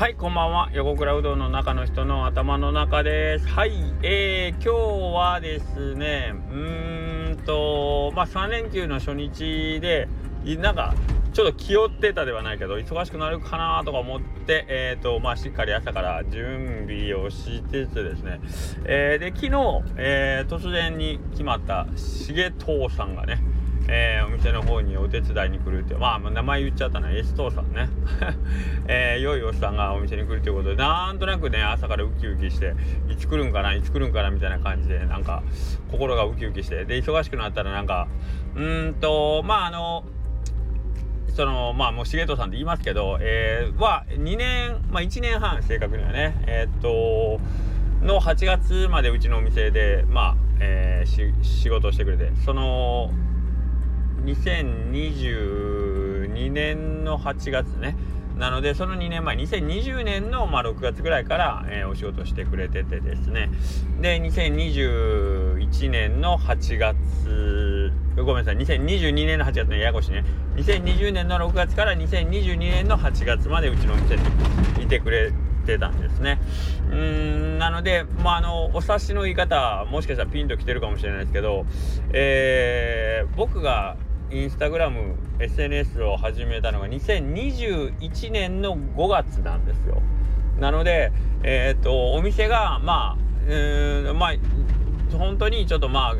はい、こんばんは。横倉うどんの中の人の頭の中です。はい、今日はですね、3連休の初日で、なんかちょっと気負ってたではないけど忙しくなるかなとか思って、しっかり朝から準備をしつつですね、で昨日、突然に決まった重藤さんがね、お店の方にお手伝いに来るっていう、名前言っちゃったな、S藤さんね良いおっさんがお店に来るということで、なんとなくね朝からウキウキして、いつ来るんかなみたいな感じで、なんか心がウキウキして、で忙しくなったらなんかもう重藤さんって言いますけど、2年1年半正確にはねの8月までうちのお店で仕事をしてくれて、その2022年の8月ね、なのでその2年前2020年の6月ぐらいから、お仕事してくれててですね、で2021年の8月ごめんなさい2022年の8月ね、ややこしいね、2020年の6月から2022年の8月までうちのお店にいてくれてたんですね。なのでお察しの言い方もしかしたらピンときてるかもしれないですけど、僕がインスタグラム SNS を始めたのが2021年の5月なんですよ。なのでお店が本当にちょっといわ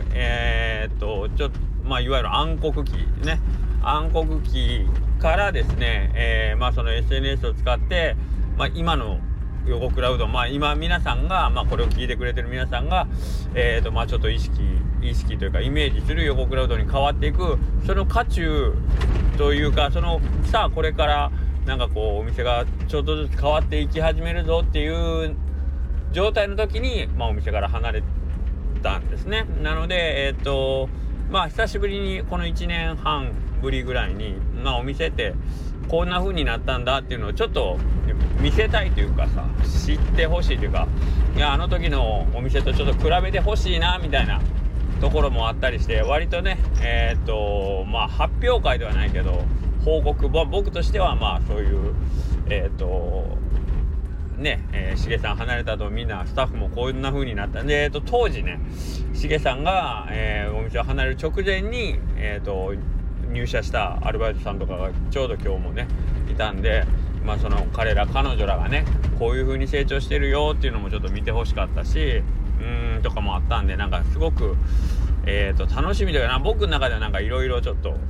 ゆる暗黒期ね、暗黒期からですね、その SNS を使って、今の横倉うどん、今皆さんが、これを聞いてくれてる皆さんが、ちょっと意識というかイメージする横倉うどんに変わっていく、その渦中というか、さあこれからなんかこうお店がちょっとずつ変わっていき始めるぞっていう状態の時に、お店から離れたんですね。なので久しぶりにこの1年半ぶりぐらいに、お店ってこんな風になったんだっていうのをちょっと見せたいというかさ、知ってほしいというか、いやあの時のお店とちょっと比べてほしいなみたいなところもあったりして、割とね発表会ではないけど報告、僕としてはそういうしげさん離れたとみんなスタッフもこんな風になったんで、当時ねしげさんが、お店を離れる直前に入社したアルバイトさんとかがちょうど今日もねいたんで、その彼女らがねこういう風に成長してるよっていうのもちょっと見てほしかったし、とかもあったんで、なんかすごく楽しみというかな、僕の中ではなんかいろいろちょっと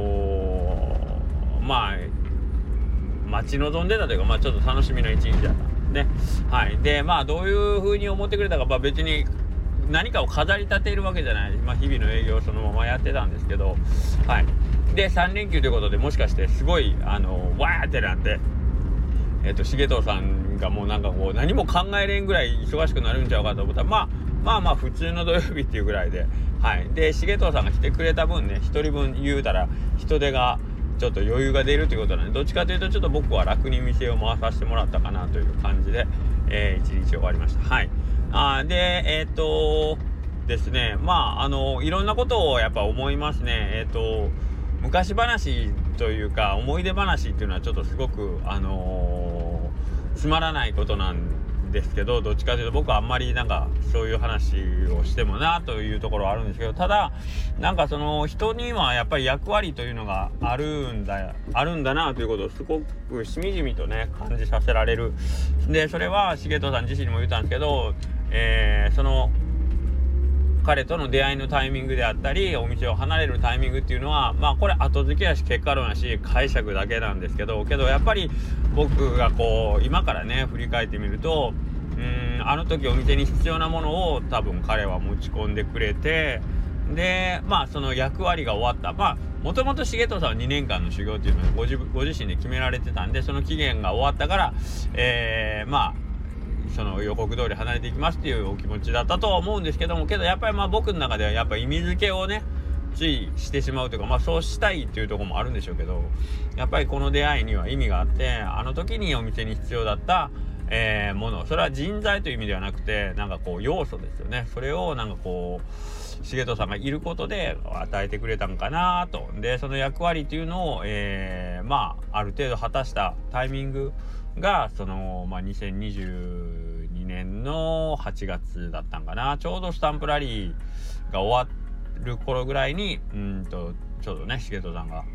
待ち望んでたというか、ちょっと楽しみの一日だったんですね。はい。でどういう風に思ってくれたか、別に何かを飾り立てるわけじゃない、日々の営業をそのままやってたんですけど、はい。で3連休ということで、もしかしてすごいわーってなって重藤さんがもうなんかこう何も考えれんぐらい忙しくなるんちゃうかと思ったら、普通の土曜日っていうぐらいで、はい。で重藤さんが来てくれた分ね、1人分言うたら人手がちょっと余裕が出るということなんで、どっちかというとちょっと僕は楽に店を回させてもらったかなという感じで、一日終わりました。はい。でですね、いろんなことをやっぱ思いますね。昔話というか思い出話っていうのはちょっとすごくつまらないことなんですけど、どっちかというと僕はあんまりなんかそういう話をしてもなというところはあるんですけど、ただなんかその人にはやっぱり役割というのがあるんだなということをすごくしみじみとね感じさせられる。でそれは重藤さん自身にも言ったんですけど、その彼との出会いのタイミングであったり、お店を離れるタイミングっていうのはこれ後付けやし結果論やし解釈だけなんですけどやっぱり僕がこう今からね振り返ってみると、あの時お店に必要なものを多分彼は持ち込んでくれて、でその役割が終わった。もともと重藤さんは2年間の修行っていうのをご自身で決められてたんで、その期限が終わったからその予告通り離れていきますっていうお気持ちだったとは思うんですけども、やっぱり僕の中ではやっぱ意味付けをねついしてしまうというか、そうしたいっていうところもあるんでしょうけど、やっぱりこの出会いには意味があって、あの時にお店に必要だったもの、それは人材という意味ではなくてなんかこう要素ですよね。それをなんかこう重藤さんがいることで与えてくれたんかなと。でその役割っていうのを、ある程度果たしたタイミングがその、2022年の8月だったんかな。ちょうどスタンプラリーが終わる頃ぐらいにちょうどね重藤さんが、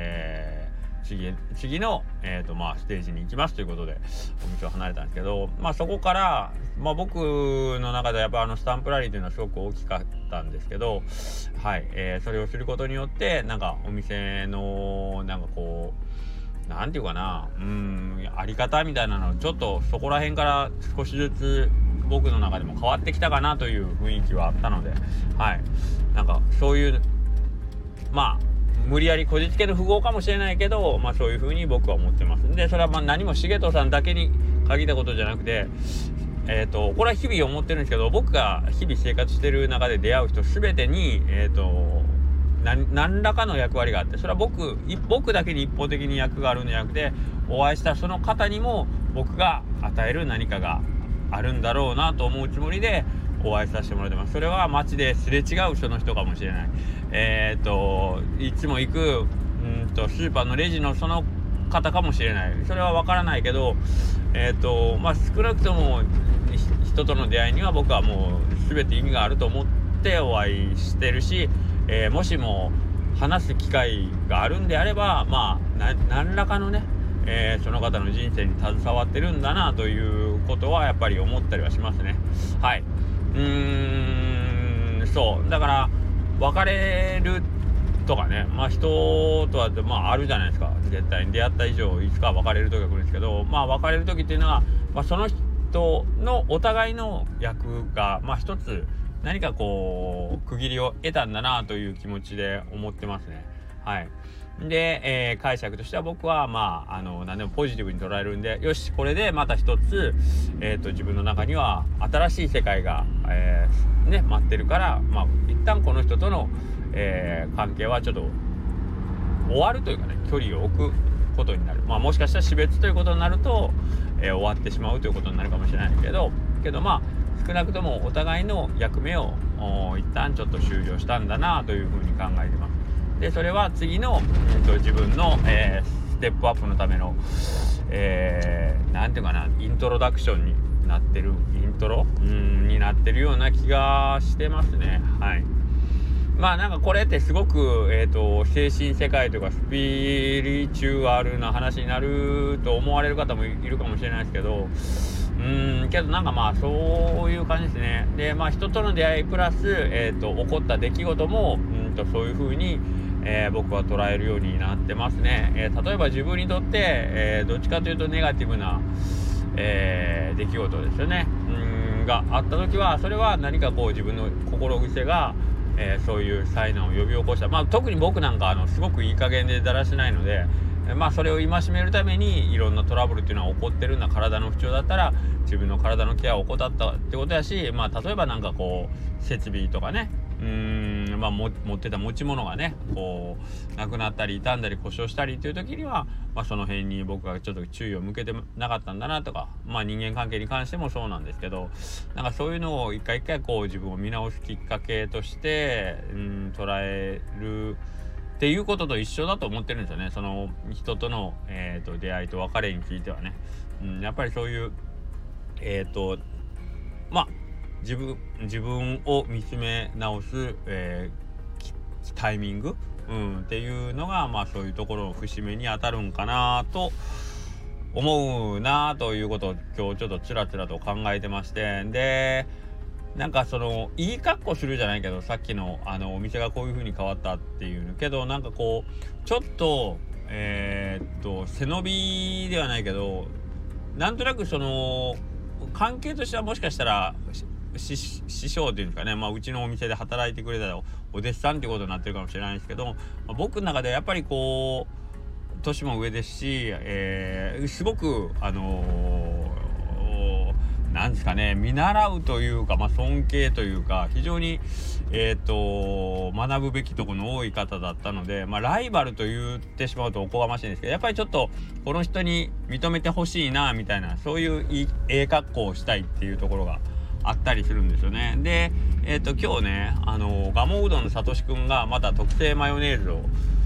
次の、ステージに行きますということでお道を離れたんですけど、そこから、僕の中でやっぱスタンプラリーというのはすごく大きかったんですけど、はい、それをすることによってなんかお店のなんかこうなんていうかな、あり方みたいなのちょっとそこら辺から少しずつ僕の中でも変わってきたかなという雰囲気はあったので、はい、なんかそういう無理やりこじつけの符号かもしれないけど、そういう風に僕は思ってます。でそれは何も重藤さんだけに限ったことじゃなくて、これは日々思ってるんですけど、僕が日々生活してる中で出会う人全てに何らかの役割があって、それは僕だけに一方的に役があるんじゃなくて、お会いしたその方にも僕が与える何かがあるんだろうなと思うつもりでお会いさせてもらってます。それは街ですれ違うその人かもしれない、いつも行くスーパーのレジのその方かもしれない。それは分からないけど、少なくとも人との出会いには僕はもう全て意味があると思ってお会いしてるし、もしも話す機会があるんであれば何らかのね、その方の人生に携わってるんだなということはやっぱり思ったりはしますね。はい。そうだから別れるとかね、人とはあるじゃないですか。絶対に出会った以上いつか別れる時が来るんですけど、別れる時っていうのは、その人のお互いの役が一つ何かこう区切りを得たんだなという気持ちで思ってますね。はい。で、解釈としては僕は何でもポジティブに捉えるんで、よしこれでまた一つ、自分の中には新しい世界が、待ってるから、一旦この人との、関係はちょっと終わるというかね、距離を置くことになる。もしかしたら死別ということになると、終わってしまうということになるかもしれないけど少なくともお互いの役目を一旦ちょっと終了したんだなというふうに考えてます。でそれは次の、自分の、ステップアップのための、なんていうかな、イントロダクションになってるになってるような気がしてますね。はい。なんかこれってすごく、精神世界というかスピリチュアルな話になると思われる方もいるかもしれないですけど、けどなんかそういう感じですね。で人との出会いプラス、起こった出来事もそういう風に、僕は捉えるようになってますね。例えば自分にとって、どっちかというとネガティブな、出来事ですよね。があった時はそれは何かこう自分の心癖がそういう災難を呼び起こした。特に僕なんかすごくいい加減でだらしないので、それを戒めるためにいろんなトラブルっていうのは起こってるんだ。体の不調だったら自分の体のケアを怠ったってことやし、例えばなんかこう設備とかね、持ってた持ち物がねこうなくなったり傷んだり故障したりっていう時には、その辺に僕がちょっと注意を向けてなかったんだなとか、人間関係に関してもそうなんですけど、なんかそういうのを一回一回こう自分を見直すきっかけとして捉えるっていうことと一緒だと思ってるんですよね。その人との、出会いと別れについてはね、やっぱりそういう自分を見つめ直す、タイミング、っていうのがそういうところの節目に当たるんかなと思うなということを今日ちょっとつらつらと考えてまして、でなんかいい格好するじゃないけど、さっきのお店がこういう風に変わったっていうけど、なんかこうちょっと背伸びではないけど、なんとなく関係としてはもしかしたら師匠っていうんですかね、うちのお店で働いてくれたお弟子さんっていうことになってるかもしれないんですけど、僕の中ではやっぱりこう年も上ですし、すごくなんですかね、見習うというか、尊敬というか、非常に学ぶべきところの多い方だったので、ライバルと言ってしまうとおこがましいんですけど、やっぱりちょっとこの人に認めてほしいなみたいな、そういう格好をしたいっていうところがあったりするんですよね。で、今日ね、ガモうどんのさとしくんがまた燻製マヨネーズ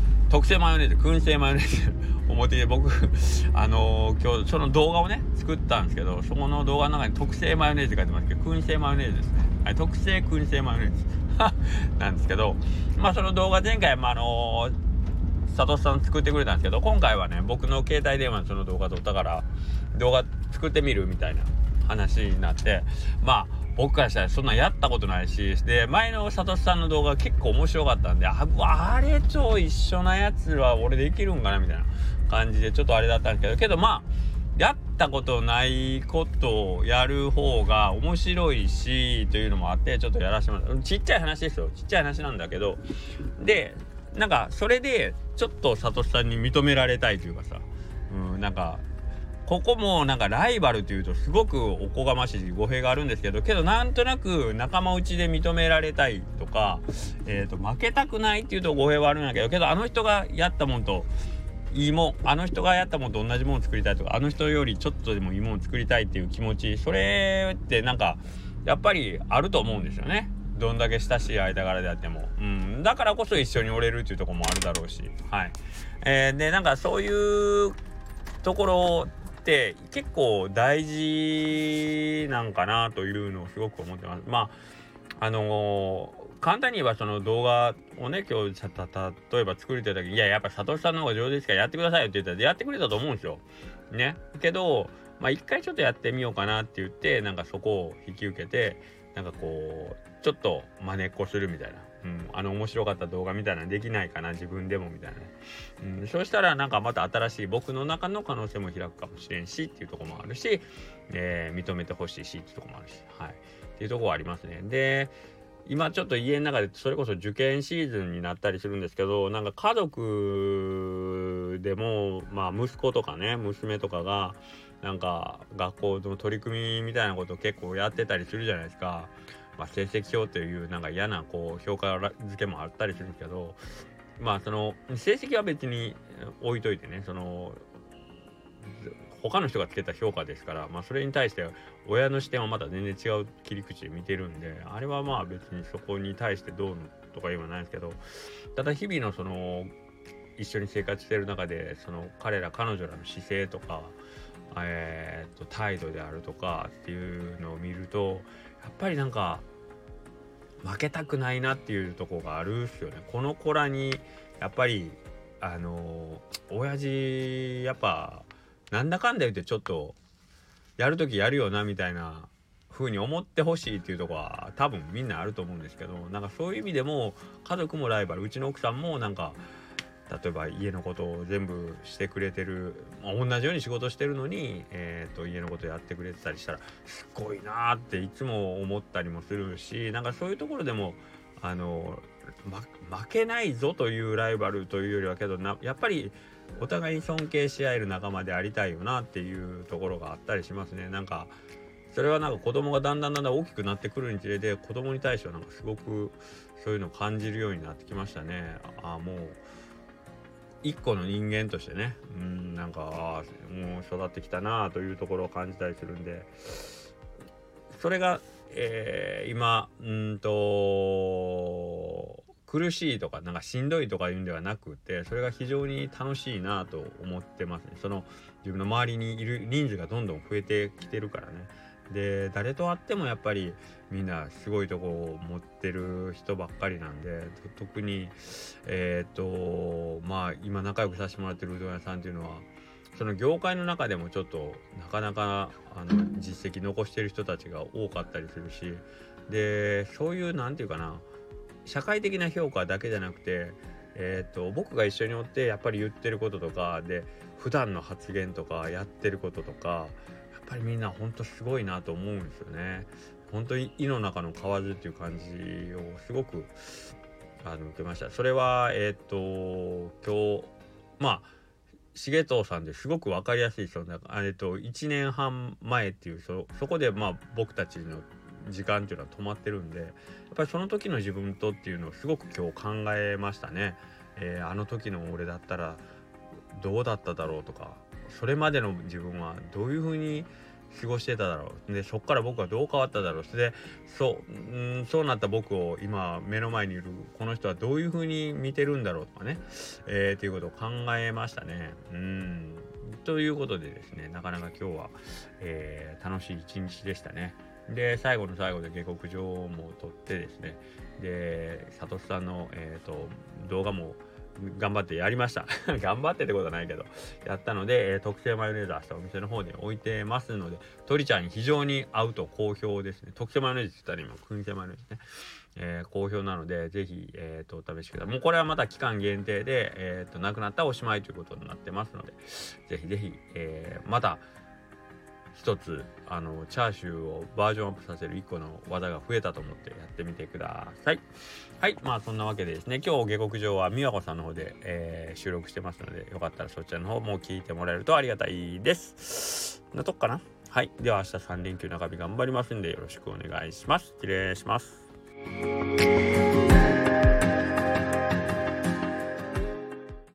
を持ってきて、僕今日その動画をね作ったんですけど、そこの動画の中に特製マヨネーズ書いてますけど、燻製マヨネーズですね。はい、特製燻製マヨネーズなんですけど、その動画前回佐藤さん作ってくれたんですけど、今回はね僕の携帯電話にその動画撮ったから動画作ってみるみたいな話になって、僕からしたらそんなんやったことないし、で前の佐藤さんの動画結構面白かったんで、あれと一緒なやつは俺できるんかなみたいな感じでちょっとあれだったんですけど、やったことないことをやる方が面白いしというのもあって、ちょっとやらせてもらった。ちっちゃい話ですよ、ちっちゃい話なんだけど、でなんかそれでちょっと佐藤さんに認められたいというかさ、なんかここもなんかライバルというとすごくおこがましい語弊があるんですけど、なんとなく仲間内で認められたいとか、負けたくないっていうと語弊はあるんだけど、あの人がやったもんとあの人がやったもんと同じものを作りたいとか、あの人よりちょっとでもいいものを作りたいっていう気持ち、それってなんかやっぱりあると思うんですよね。どんだけ親しい間柄であっても、だからこそ一緒におれるっていうところもあるだろうし、はい。でなんかそういうところって結構大事なんかなというのをすごく思ってます。簡単に言えばその動画をね、今日例えば作りたい時に、やっぱ佐藤さんの方が上手ですからやってくださいよって言ったらやってくれたと思うんですよね。けど一回ちょっとやってみようかなって言って、なんかそこを引き受けて、なんかこうちょっと真似っこするみたいな、面白かった動画みたいなのできないかな自分でもみたいな、そうしたらなんかまた新しい僕の中の可能性も開くかもしれんしっていうところもあるし、認めてほしいしっていうところもあるし、はい、っていうところはありますね。で今ちょっと家の中でそれこそ受験シーズンになったりするんですけど、なんか家族でも息子とかね娘とかがなんか学校の取り組みみたいなことを結構やってたりするじゃないですか。成績表というなんか嫌な評価付けもあったりするんですけど、その成績は別に置いといてね、その他の人がつけた評価ですから、それに対して親の視点はまた全然違う切り口で見てるんで、あれは別にそこに対してどうとか言わないんですけど、ただ日々のその一緒に生活してる中でその彼女らの姿勢とか、態度であるとかっていうのを見ると、やっぱりなんか負けたくないなっていうところがあるっすよね。この子らにやっぱり親父やっぱなんだかんだ言ってちょっとやるときやるよなみたいな風に思ってほしいっていうところは多分みんなあると思うんですけど、なんかそういう意味でも家族もライバル、うちの奥さんもなんか例えば家のことを全部してくれてる、同じように仕事してるのに、家のことやってくれてたりしたらすごいなっていつも思ったりもするし、なんかそういうところでも負けないぞというライバルというよりはけどやっぱりお互いに尊敬し合える仲間でありたいよなっていうところがあったりしますね。なんかそれはなんか子供がだんだん大きくなってくるにつれて、子供に対してはなんかすごくそういうのを感じるようになってきましたね。もう一個の人間としてね、なんかもう育ってきたなというところを感じたりするんで、それが、今苦しいとかなんかしんどいとかいうんではなくて、それが非常に楽しいなと思ってますね。その自分の周りにいる人数がどんどん増えてきてるからね。で誰と会ってもやっぱりみんなすごいとこを持ってる人ばっかりなんで、特に今仲良くさせてもらってるうどん屋さんっていうのはその業界の中でもちょっとなかなか実績残してる人たちが多かったりするし、でそういうなんていうかな、社会的な評価だけじゃなくて、僕が一緒におってやっぱり言ってることとかで普段の発言とかやってることとか、やっぱりみんな本当すごいなと思うんですよね。本当に胃の中の蛙っていう感じをすごく受けました。それは今日重藤さんですごく分かりやすい人だから1年半前っていうそこでまあ僕たちの時間っていうのは止まってるんで、やっぱりその時の自分とっていうのをすごく今日考えましたね。あの時の俺だったらどうだっただろうとか、それまでの自分はどういう風に過ごしてただろう、でそっから僕はどう変わっただろう、でそうなった僕を今目の前にいるこの人はどういう風に見てるんだろうとかね、っていうことを考えましたね。ということでですね、なかなか今日は、楽しい一日でしたね。で最後の最後で下克上も撮ってですね、でサトシさんの、動画も頑張ってやりました頑張ってってことはないけどやったので、特製マヨネーズ明日お店の方で置いてますので、トリちゃんに非常に合うと好評ですね。特製マヨネーズって言ったら今燻製マヨネーズね、好評なのでぜひ、お試しください。もうこれはまた期間限定で、なくなったらおしまいということになってますので、ぜひぜひ、また一つチャーシューをバージョンアップさせる1個の技が増えたと思ってやってみてください。はい、まあそんなわけでですね、今日下克上は美和子さんの方で、収録してますので、よかったらそちらの方も聞いてもらえるとありがたいです。なとこかな。はい、では明日3連休中日頑張りますんでよろしくお願いします。失礼します。